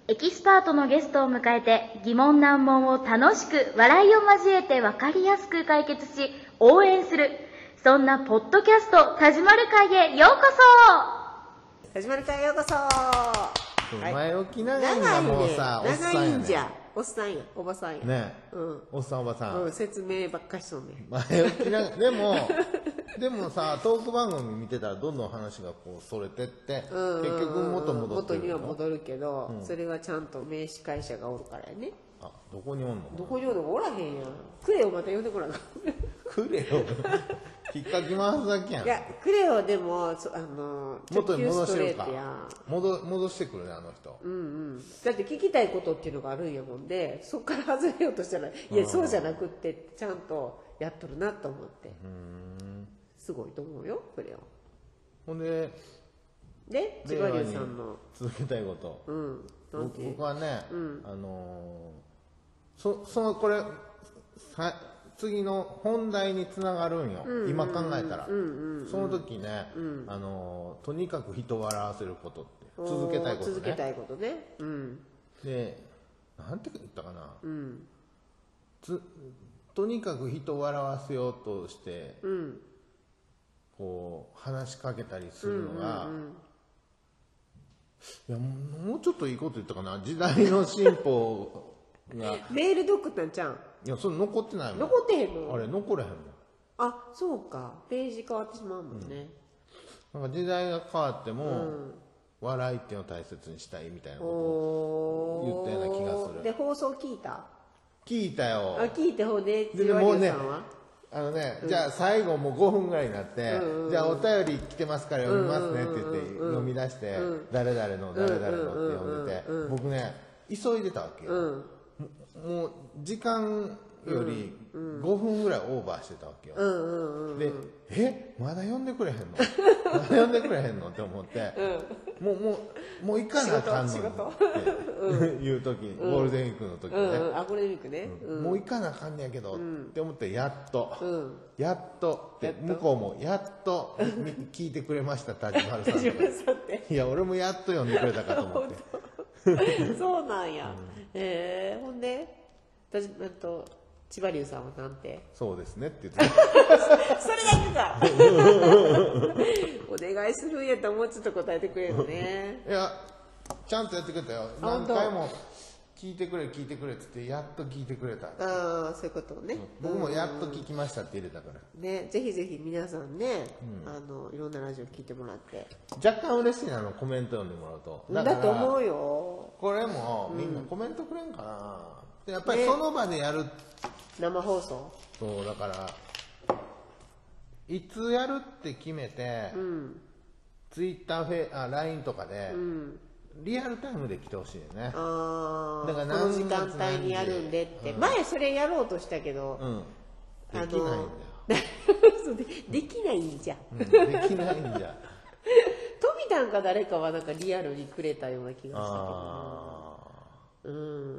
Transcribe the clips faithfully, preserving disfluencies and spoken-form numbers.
エキスパートのゲストを迎えて疑問難問を楽しく笑いを交えて分かりやすく解決し応援する、そんなポッドキャスト田島る会へようこそ。 田島る会へようこそ。 前置き長いんだ、もうさ、おっさんやね。 長いんじゃおっさんやおばさんやね、 うん、 おっさんおばさん、 うん、説明ばっかしとんねん。 前置き長いでもでもさ、トーク番組見てたらどんどん話がこうそれてって、 うんうんうん、 結局元戻ってる元には戻るけど、 うん、 それはちゃんと名司会者がおるからやね。 あ、どこにおんの？ どこにおるの？おらへんやん。クレオまた呼んでこなかクレオ引っかき回すだけやん。 いや、クレオでもあの元に戻してるか直球ストレートやん。 戻戻してくるね、あの人。 うんうん、だって聞きたいことっていうのがあるんやもんで、そっから外れようとしたら、いやそうじゃなくってちゃんとやっとるなと思って、うん、すごいと思うよクレオ。 ほんでで千葉龍さんの続けたいこと、うん、僕はね、うん、あのー、そそのこれさ次の本題につながるんよ、うんうんうん、今考えたら、うんうんうん、その時ね、うん、あのー、とにかく人を笑わせることって続けたいことね。 続けたいことね、うん、 でなんて言ったかな、 うん、 つとにかく人を笑わせようとして、うん、こう話しかけたりするのが、うんうんうん、いやもうちょっといいこと言ったかな、時代の進歩がメールドックなんちゃん。 いやそれ残ってないもん。 残ってへんの？ あれ残れへんもん。 あ、そうか、ページ変わってしまうもんね、 うん、なんか時代が変わっても、うん、笑いっていうのを大切にしたいみたいなことを言ったような気がする。 で放送聞いた？ 聞いたよ。 あ、聞いてほんででもうね、あのね、うん、じゃあ最後もうごふんぐらいになって、うんうん、じゃあお便り来てますから読みますねって言って読み出して、うん、誰々の誰々のって読んでて、僕ね急いでたわけよ、うん、もう時間よりごふんぐらいオーバーしてたわけよ、うんうんうん、でえまだ読んでくれへんのまだ読んでくれへんのって思って、うん、もうもうもう行かなあかんのにっていう時、うん、ゴールデンウィークの時ね、 うんうん、あゴールデンウィークね、 うん、もう行かなあかんねやけど、うん、って思ってやっと、うん、やっとって向こうもやっと聞いてくれました田島さんっていや俺もやっと読んでくれたかと思ってそうなんや、うん、えー、ほんで私と千葉龍さんはなんて？ そうですねって言ってそれだけかお願いするんやったらもうちょっと答えてくれるのね。 いやちゃんとやってくれたよ。何回も聞いてくれ聞いてくれって言ってやっと聞いてくれた。 ああそういうことね、 うん、僕もやっと聞きましたって入れたからね。ぜひぜひ皆さんね、うん、あのいろんなラジオ聞いてもらって若干嬉しいなのコメント読んでもらうと。 だだと思うよ。 これもみんなコメントくれんかな、うん、やっぱりその場でやる、ね、 生放送そうだからいつやるって決めて、うん、ツイッターフェあ ライン とかで、うん、リアルタイムで来てほしいよね。 あだからこの時間帯にやるんでって、うん、前それやろうとしたけど、うん、 できないんだよで, できないんじゃ、 うん、できないんじゃ富田んか誰かはなんかリアルにくれたような気がしたけど、あ、うん、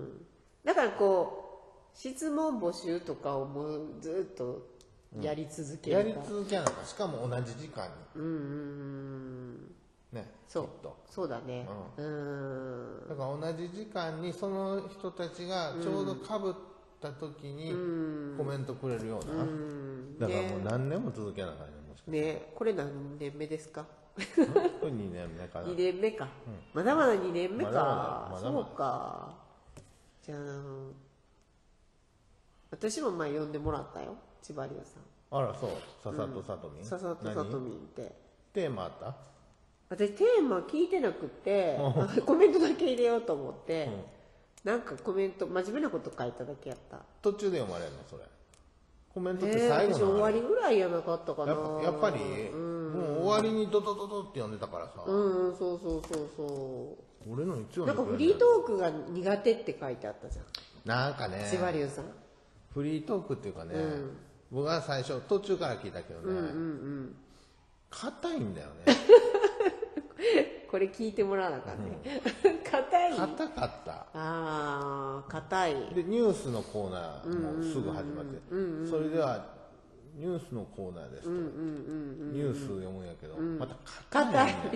だからこう質問募集とかをもうずっとやり続ける、 うん、やり続けなのか。しかも同じ時間に、うんうんうんね、 そうそうだね、うん、 うんだから同じ時間にその人たちがちょうどかぶった時にコメントくれるような、うん、だからもう何年も続けなきゃいけない。もしかしてね、これ何年目ですか？ これにねんめかな。 にねんめか、うん、まだまだにねんめか、まだまだまだまだそうか。じゃあ私も前呼んでもらったよ、千葉龍さん。 あらそう、ささとさとみん、 ささとさとみんってテーマあった？ 私テーマ聞いてなくてコメントだけ入れようと思って、うん、なんかコメント真面目なこと書いただけやった。 途中で読まれるのそれ？コメントって最後の、 えー、終わりぐらいやなかったかな。 やっ ぱ, やっぱり、うん、もう終わりにドドドドって読んでたからさ。 うん、そうそうそうそう。 俺のいつ読んでなんかフリートークが苦手って書いてあったじゃん。 なんかね、 千葉龍さんフリートークっていうかね、うん、僕は最初途中から聞いたけどね、うんうんうん、硬いんだよねこれ聞いてもらわなかったね。硬、うん、い硬かった。 ああ硬いでニュースのコーナーもすぐ始まって、うんうんうん、それではニュースのコーナーですと、うんうんうんうん、ニュース読むんやけど、うん、また硬いんだよね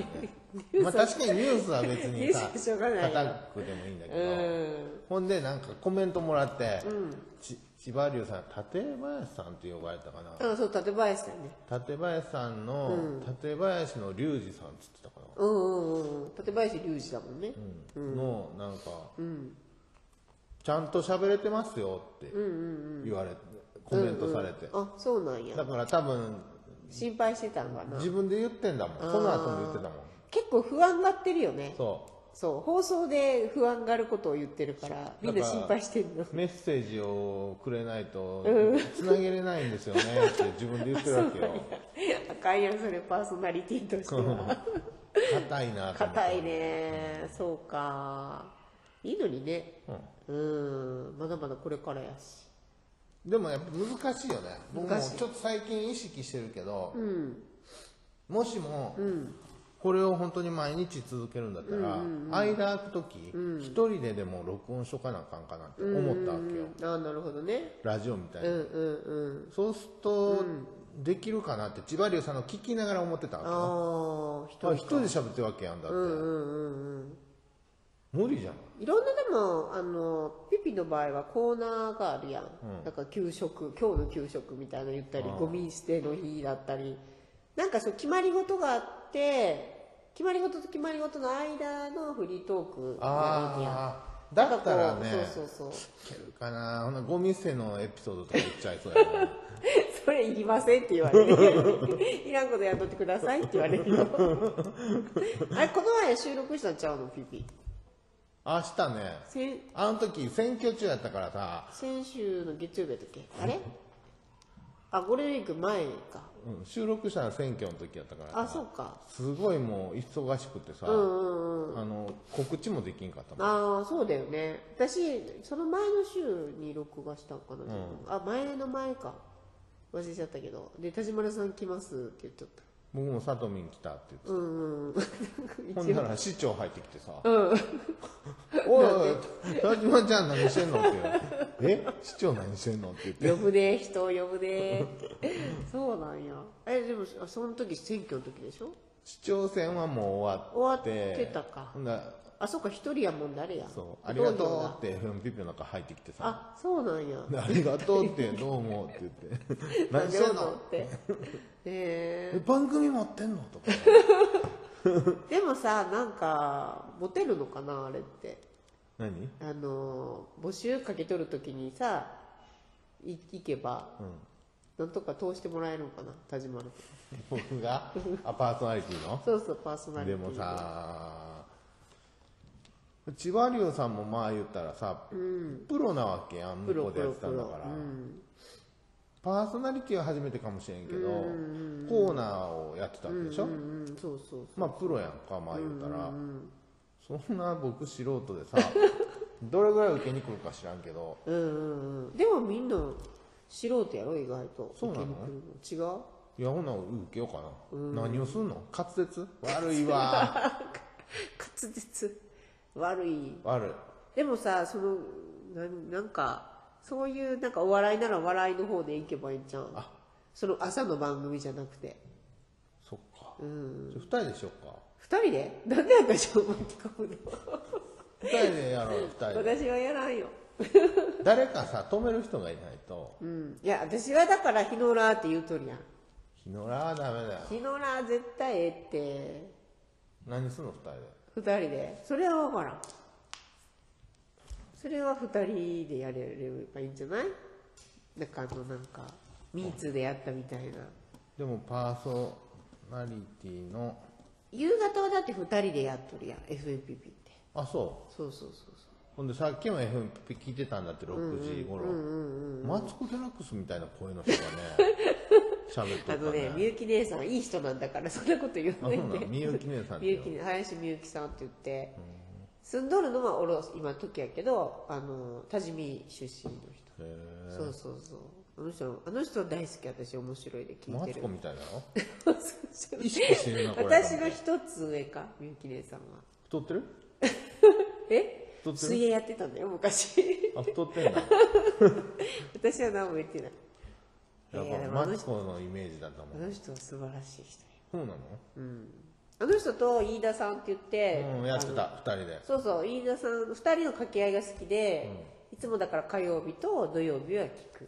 まあ確かにニュースは別にさニュースはしょうがないよ硬くでもいいんだけど、 うんほんでなんかコメントもらって、 うんち千葉龍さん館林さんって呼ばれたかな、 あそう館林さんね館林さんの、館林の龍二さんっつってたかな、 うんうんうん館林隆二だもんねうんのなんか、 うんちゃんと喋れてますよって言われて、コメントされて、 あそうなんやだから多分心配してたんかな自分で言ってんだもん、その後も言ってたもん。 結構不安がってるよねそうそう放送で不安があることを言ってるからみんな心配してるのメッセージをくれないとつなげれないんですよねって自分で言ってるわけよ。 あかんやんそれパーソナリティとしては硬いなと思って。 硬いねそうかいいのにねうんまだまだこれからやしでもやっぱ難しいよね。僕も難しいちょっと最近意識してるけど、 うんもしもうんこれを本当に毎日続けるんだったら、間空く時一人ででも録音しとかなあかんかなって思ったわけよ。 ああなるほどねラジオみたいに。 うんうんうんそうするとできるかなって千葉龍さんの聞きながら思ってたわけよ。 あああ一人で喋ってるわけやんだって、 うんうんうんうん無理じゃん。 いろんなでもあのピピの場合はコーナーがあるやん、だから給食今日の給食みたいなの言ったりゴミ捨ての日だったりなんかそう決まり事があって決まり事と決まり事の間のフリートークがいいやんああだったらねそうそうそういけるかな。ほなゴミ捨てのエピソードとか言っちゃいそうやなそれいりませんって言われるいらんことやっとってくださいって言われるよあれこの前収録したんちゃうのピピ明日ね先あの時選挙中やったからさ、 先週の月曜日やったっけあれあゴールデンウィーク前かうん、収録したの選挙の時やったからさあそうかすごいもう忙しくてさ、 うんうんうんあの告知もできんかったもん。 ああそうだよね私その前の週に録画したんかな、自分あ前の前か忘れちゃったけどで田島さん来ますって言っちゃった僕もさとみん来たって言ってた、 うんうんほんなら市長入ってきてさ「 うんおいおい田島ちゃん何してんの?」って言う「え市長何してんの?」って言って呼ぶね人を呼ぶねそうなんやえでもあその時選挙の時でしょ市長選はもう終わって終わってたかほんなあそうか一人やもん誰やそうありがとうって エフエム ピッピの中入ってきてさあそうなんやありがとうってどうもって言って何してんのってへええ番組持ってんのとかでもさなんかモテるのかなあれって何あの募集かけ取るときにさい行けば、なんとか通してもらえるのかな田島の僕があパーソナリティのそうそうパーソナリティでもさ千葉龍さんもまあ言ったらさ、プロなわけやん向こうでやってたんだから、パーソナリティは初めてかもしれんけど、コーナーをやってたわけでしょ、 うんそうそうそうまあプロやんかまあ言ったら、そんな僕素人でさどれぐらい受けに来るか知らんけど、 うんうんうんでもみんな素人やろ意外とそうなの受けに来るの違ういやほな受けようかな、何をすんの滑舌悪いわ滑舌悪い悪いでもさそのなんなんかそういうなんかお笑いなら笑いの方でいけばいいんじゃんあその朝の番組じゃなくてそっか、 うんじゃあふたりでしようか二人でなんで私を巻き込むのふたりでやろうふたりで私はやらんよ誰かさ止める人がいないと、 うんいや私はだから日野らって言うとるやん日野らはダメだよ。 日野ら絶対ええって何すんのふたりで。 二人でそれは分からんそれは二人でやれればいいんじゃないなんかあのなんかミーツでやったみたいなでもパーソナリティの夕方はだって二人でやっとるやん エフエムピーピー ってあそうそうそうそうほんでさっきも エフエム 聞いてたんだってろくじ頃、マツコ・デラックスみたいな声の人がね喋っとったねあのねみゆき姉さんいい人なんだからそんなこと言わないあそうなでのみゆき姉さんってみゆき林みゆきさんって言って住んどるのはおろ今時やけどあの多治見出身の人へえそうそうそうあの人あの人大好き私面白いで聞いてるマツコみたいなのそう意識してるなこれ私の一つ上かみゆき姉さんは太ってるえ太ってる水泳やってたんだよ昔あ太ってんだ私は何も言ってないやっいやでぱもあの人マツコのイメージだったもんあの人は素晴らしい人よそうなのうんあの人と飯田さんって言って、 うん、やってたふたりで。 そうそう、飯田さんふたりの掛け合いが好きで、うん、いつもだから火曜日と土曜日は聞く。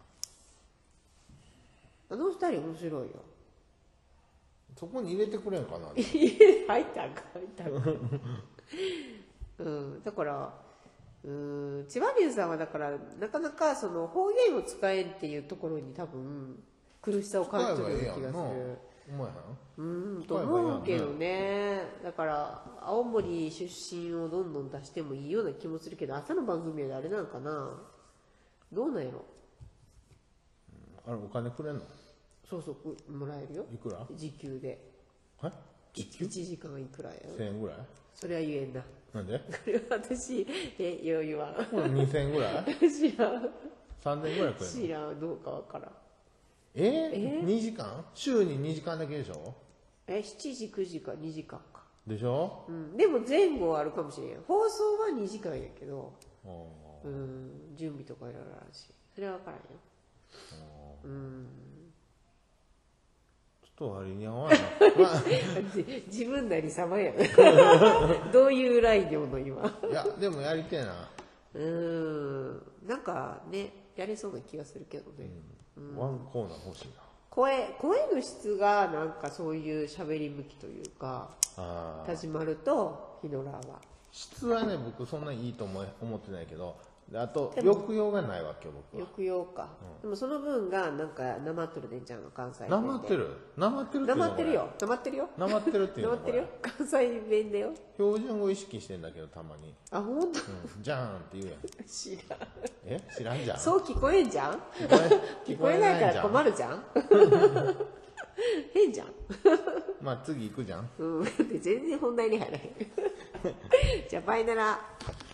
あのふたり面白いよ。 そこに入れてくれんかな。 入ったんか入ったんかうん、だからうーん千葉龍さんはだからなかなかその方言を使えんっていうところに多分苦しさを感じてる気がする。 うまいな。 うんと思うけどね。だから青森出身をどんどん出してもいいような気もするけど、朝の番組はあれなんかな、どうなんやろ。 あれお金くれんの？ そうそうもらえるよ。 いくら？ 時給で。 え？時給？ いちじかんいくらやろ。 せんえんぐらい？ それは言えんな。 なんで？ これは私えよう言わん。 これにせんえんぐらい？ 知らん。 さんぜんえんぐらいくれんの？ 知らん、どうかわからん。 えー、えにじかん？週ににじかんだけでしょ？ えしちじくじかにじかんかでしょ、 うん、でも前後あるかもしれん。放送はにじかんやけど、うん、準備とかいろいろあるし、それは分からんよ。うん、 ちょっと割に合わないな、まあ、 自分なり様やねどういうラインの今いやでもやりてえな。 うんなんかねやれそうな気がするけどね、 うんうん、ワンコーナー欲しいな。 声声の質がなんかそういう喋り向きというか、田島るとヒノラーは質はね僕そんなにいいと思思ってないけど、あと抑揚がないわけよ僕は。 抑揚か、うん、でもその分がなんかなまっとるでんちゃんの関西弁で。 なまってるなまってるなまってるよなまってるよなまってるっていうのなまってるよ関西弁だよ。 標準語意識してんだけどたまに。 あ本当、 うん、じゃーんって言うやん。 知らん。 え知らんじゃん。 そう聞こえんじゃん。聞こえ聞こえないから困るじゃん変じゃんまあ次行くじゃん。 うん全然本題に入らへんじゃあバイなら。